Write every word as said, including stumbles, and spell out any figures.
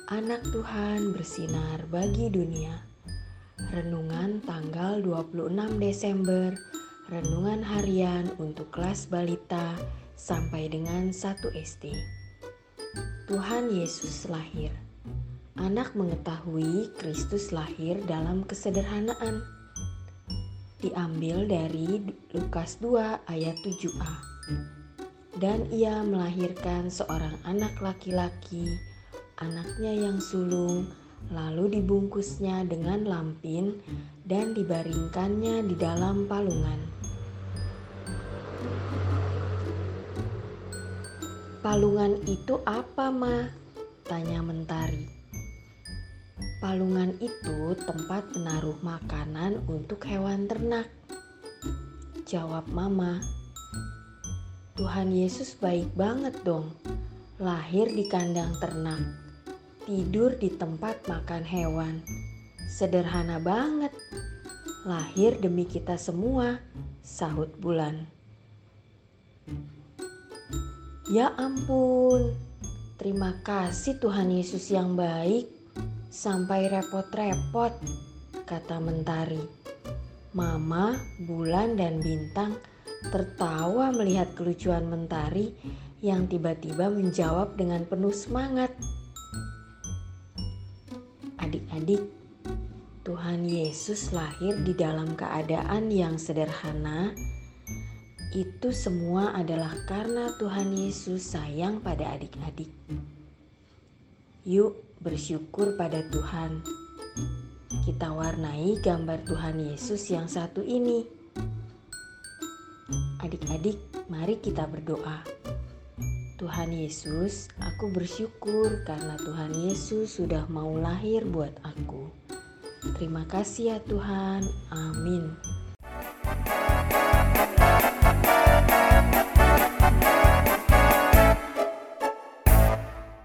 Anak Tuhan bersinar bagi dunia. Renungan tanggal dua puluh enam Desember, renungan harian untuk kelas balita sampai dengan satu S D. Tuhan Yesus lahir. Anak mengetahui Kristus lahir dalam kesederhanaan. Diambil dari Lukas dua ayat tujuh a. Dan ia melahirkan seorang anak laki-laki, anaknya yang sulung, lalu dibungkusnya dengan lampin dan dibaringkannya di dalam palungan. "Palungan itu apa, Ma?" tanya Mentari. "Palungan itu tempat menaruh makanan untuk hewan ternak," jawab Mama. Tuhan Yesus baik banget dong, lahir di kandang ternak, tidur di tempat makan hewan. Sederhana banget, lahir demi kita semua, sahut Bulan. "Ya ampun, terima kasih Tuhan Yesus yang baik, sampai repot-repot," kata Mentari. Mama, Bulan, dan Bintang tertawa melihat kelucuan Mentari yang tiba-tiba menjawab dengan penuh semangat. Adik-adik, Tuhan Yesus lahir di dalam keadaan yang sederhana. Itu semua adalah karena Tuhan Yesus sayang pada adik-adik. Yuk bersyukur pada Tuhan. Kita warnai gambar Tuhan Yesus yang satu ini. Adik-adik, mari kita berdoa. Tuhan Yesus, aku bersyukur karena Tuhan Yesus sudah mau lahir buat aku. Terima kasih ya Tuhan. Amin.